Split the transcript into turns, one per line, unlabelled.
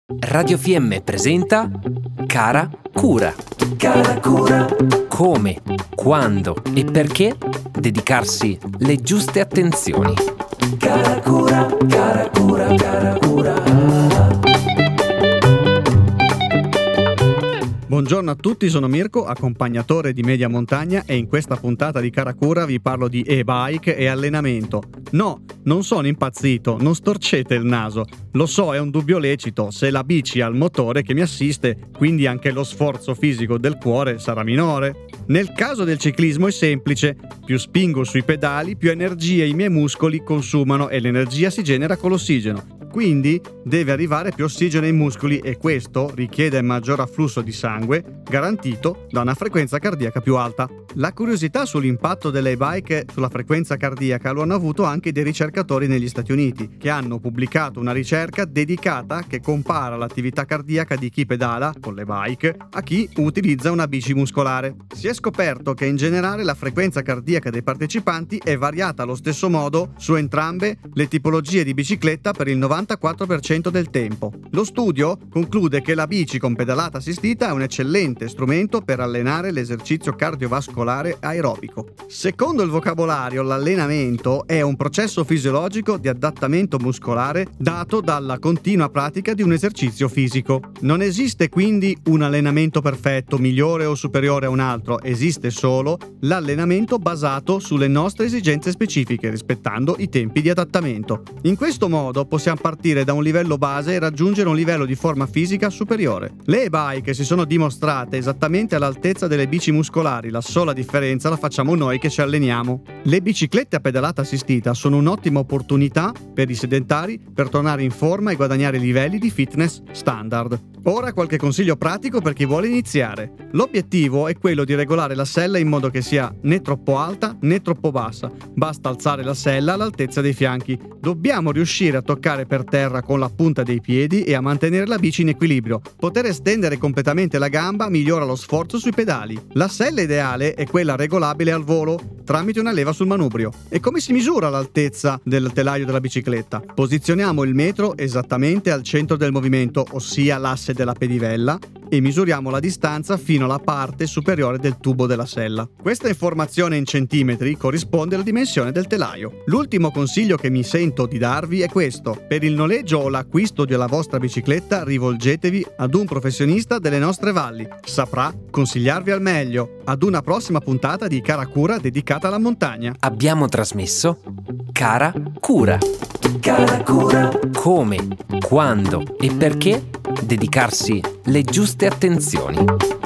Radio FM presenta Cara Cura.
Cara Cura.
Come, quando e perché dedicarsi le giuste attenzioni.
Cara Cura, cara Cura, cara Cura.
Buongiorno a tutti, sono Mirko, accompagnatore di Media Montagna, e in questa puntata di Cara Cura vi parlo di e-bike e allenamento. No, non sono impazzito, non storcete il naso. Lo so, è un dubbio lecito, se la bici ha il motore che mi assiste, quindi anche lo sforzo fisico del cuore sarà minore. Nel caso del ciclismo è semplice, più spingo sui pedali, più energia i miei muscoli consumano e l'energia si genera con l'ossigeno. Quindi deve arrivare più ossigeno ai muscoli e questo richiede maggior afflusso di sangue, garantito da una frequenza cardiaca più alta. La curiosità sull'impatto delle e-bike sulla frequenza cardiaca lo hanno avuto anche dei ricercatori negli Stati Uniti, che hanno pubblicato una ricerca dedicata che compara l'attività cardiaca di chi pedala con le bike a chi utilizza una bici muscolare. Si è scoperto che in generale la frequenza cardiaca dei partecipanti è variata allo stesso modo su entrambe le tipologie di bicicletta per il 94% del tempo. Lo studio conclude che la bici con pedalata assistita è un eccellente strumento per allenare l'esercizio cardiovascolare aerobico. Secondo il vocabolario, l'allenamento è un processo fisiologico di adattamento muscolare dato dalla continua pratica di un esercizio fisico. Non esiste quindi un allenamento perfetto, migliore o superiore a un altro, esiste solo l'allenamento basato sulle nostre esigenze specifiche, rispettando i tempi di adattamento. In questo modo possiamo partire da un livello base e raggiungere un livello di forma fisica superiore. Le e-bike si sono dimostrate esattamente all'altezza delle bici muscolari, la sola differenza la facciamo noi che ci alleniamo. Le biciclette a pedalata assistita sono un'ottima opportunità per i sedentari per tornare in forma e guadagnare livelli di fitness standard. Ora qualche consiglio pratico per chi vuole iniziare. L'obiettivo è quello di regolare la sella in modo che sia né troppo alta né troppo bassa. Basta alzare la sella all'altezza dei fianchi. Dobbiamo riuscire a toccare per terra con la punta dei piedi e a mantenere la bici in equilibrio. Poter estendere completamente la gamba migliora lo sforzo sui pedali. La sella ideale è quella regolabile al volo tramite una leva sul manubrio. E come si misura l'altezza del telaio della bicicletta? Posizioniamo il metro esattamente al centro del movimento, ossia l'asse della pedivella, e misuriamo la distanza fino alla parte superiore del tubo della sella. Questa informazione in centimetri corrisponde alla dimensione del telaio. L'ultimo consiglio che mi sento di darvi è questo: per il noleggio o l'acquisto della vostra bicicletta rivolgetevi ad un professionista delle nostre valli, saprà consigliarvi al meglio. Ad una prossima puntata di Cara Cura dedicata alla montagna.
Abbiamo trasmesso Cara Cura.
Cara Cura.
Come, quando e perché dedicarsi le giuste attenzioni.